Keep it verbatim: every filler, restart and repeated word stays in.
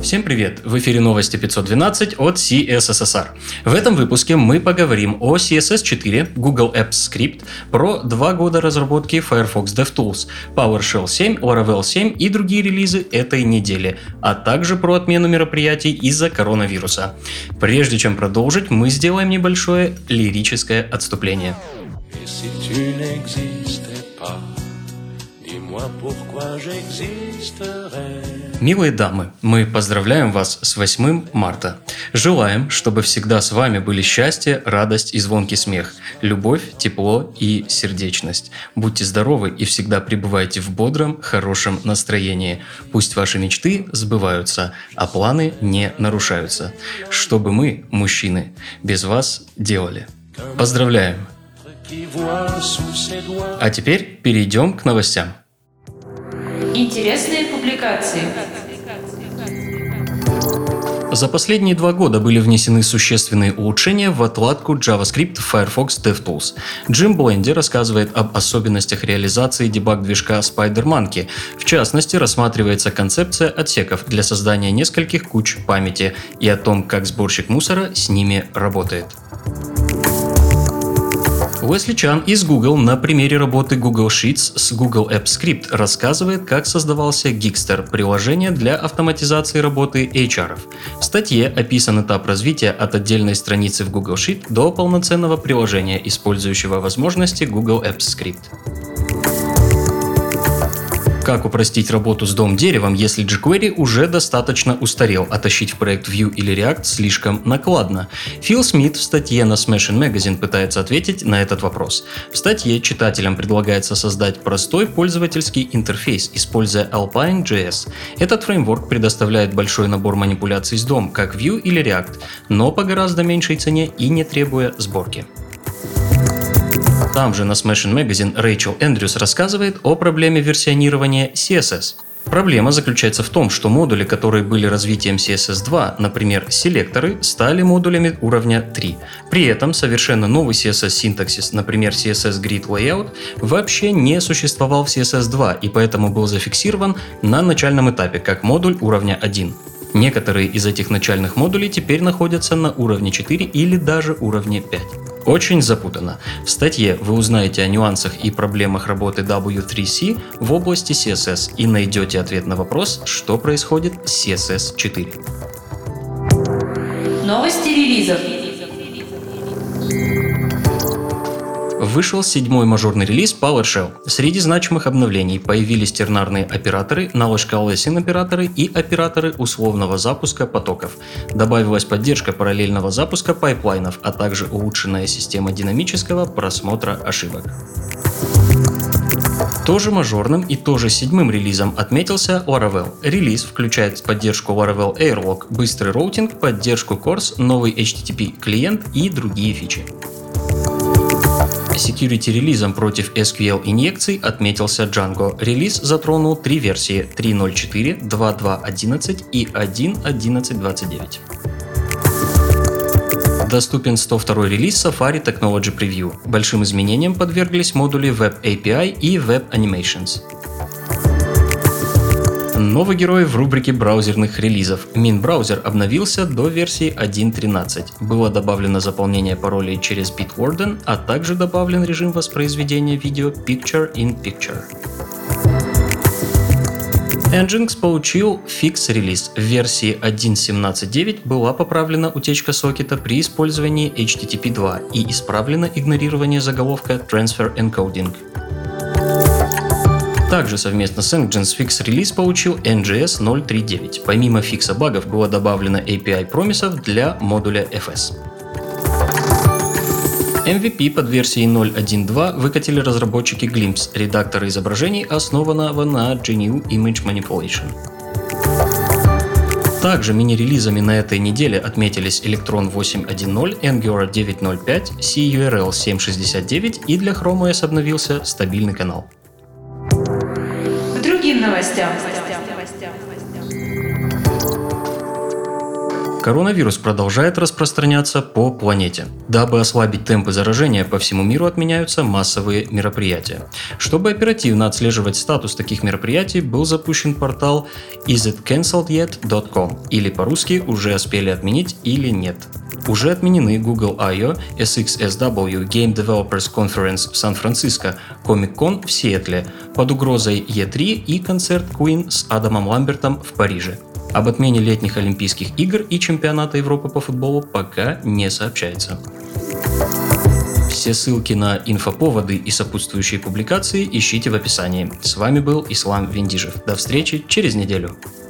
Всем привет! В эфире новости пятьсот двенадцать от си эс эс эс ар. В этом выпуске мы поговорим о си эс эс четыре, Google Apps Script, про два года разработки Firefox DevTools, PowerShell семь, Laravel семь и другие релизы этой недели, а также про отмену мероприятий из-за коронавируса. Прежде чем продолжить, мы сделаем небольшое лирическое отступление. Милые дамы, мы поздравляем вас с восьмым марта. Желаем, чтобы всегда с вами были счастье, радость и звонкий смех, любовь, тепло и сердечность. Будьте здоровы и всегда пребывайте в бодром, хорошем настроении. Пусть ваши мечты сбываются, а планы не нарушаются. Чтобы мы, мужчины, без вас делали. Поздравляем! А теперь перейдем к новостям. Интересные публикации. За последние два года были внесены существенные улучшения в отладку JavaScript в Firefox DevTools. Джим Бленди рассказывает об особенностях реализации дебаг-движка SpiderMonkey. В частности, рассматривается концепция отсеков для создания нескольких куч памяти и о том, как сборщик мусора с ними работает. Уэсли Чан из Google на примере работы Google Sheets с Google Apps Script рассказывает, как создавался Gigster – приложение для автоматизации работы эйч ар. В статье описан этап развития от отдельной страницы в Google Sheet до полноценного приложения, использующего возможности Google Apps Script. Как упростить работу с дом деревом, если jQuery уже достаточно устарел, а тащить в проект Vue или React слишком накладно? Фил Смит в статье на Smashing Magazine пытается ответить на этот вопрос. В статье читателям предлагается создать простой пользовательский интерфейс, используя Alpine джей эс. Этот фреймворк предоставляет большой набор манипуляций с дом, как Vue или React, но по гораздо меньшей цене и не требуя сборки. Там же на Smashing Magazine Рэйчел Эндрюс рассказывает о проблеме версионирования си эс эс. Проблема заключается в том, что модули, которые были развитием си эс эс два, например, селекторы, стали модулями уровня три. При этом совершенно новый си эс эс-синтаксис, например, си эс эс Grid Layout, вообще не существовал в си эс эс два и поэтому был зафиксирован на начальном этапе как модуль уровня один. Некоторые из этих начальных модулей теперь находятся на уровне четыре или даже уровне пять. Очень запутанно. В статье вы узнаете о нюансах и проблемах работы дабл ю три си в области си эс эс и найдете ответ на вопрос, что происходит с си эс эс четыре. Новости релизов. Вышел седьмой мажорный релиз PowerShell. Среди значимых обновлений появились тернарные операторы, knowledge-coalescing операторы и операторы условного запуска потоков. Добавилась поддержка параллельного запуска пайплайнов, а также улучшенная система динамического просмотра ошибок. Тоже мажорным и тоже седьмым релизом отметился Laravel. Релиз включает поддержку Laravel Airlock, быстрый роутинг, поддержку Cors, новый эйч ти ти пи клиент и другие фичи. Security-релизом против эс кью эль-инъекций отметился Django. Релиз затронул три версии – три точка ноль четыре, два точка два точка одиннадцать и один точка одиннадцать двадцать девять. Доступен сто второй релиз Safari Technology Preview. Большим изменениям подверглись модули Web эй пи ай и Web Animations. Новый герой в рубрике браузерных релизов. Min-браузер обновился до версии один точка тринадцать. Было добавлено заполнение паролей через Bitwarden, а также добавлен режим воспроизведения видео Picture in Picture. Nginx получил фикс-релиз. В версии один точка семнадцать точка девять была поправлена утечка сокета при использовании эйч ти ти пи два и исправлено игнорирование заголовка Transfer Encoding. Также совместно с Nginx фикс-релиз получил эн джи эс ноль точка три точка девять. Помимо фикса багов было добавлено эй пи ай промисов для модуля эф эс. эм ви пи под версией ноль точка один точка два выкатили разработчики Glimpse, редактора изображений, основанного на джи эн ю Image Manipulation. Также мини-релизами на этой неделе отметились Electron восемь точка один точка ноль, Angular девять точка ноль пять, си ю ар эл семь точка шестьдесят девять и для Chrome о эс обновился стабильный канал. К другим новостям. Коронавирус продолжает распространяться по планете. Дабы ослабить темпы заражения, по всему миру отменяются массовые мероприятия. Чтобы оперативно отслеживать статус таких мероприятий, был запущен портал is it cancelled yet точка ком или по-русски «Уже успели отменить или нет?». Уже отменены Google I O, эс икс эс дабл ю Game Developers Conference в Сан-Франциско, Comic-Con в Сиэтле, под угрозой и три и концерт Queen с Адамом Ламбертом в Париже. Об отмене летних Олимпийских игр и чемпионата Европы по футболу пока не сообщается. Все ссылки на инфоповоды и сопутствующие публикации ищите в описании. С вами был Ислам Виндижев. До встречи через неделю.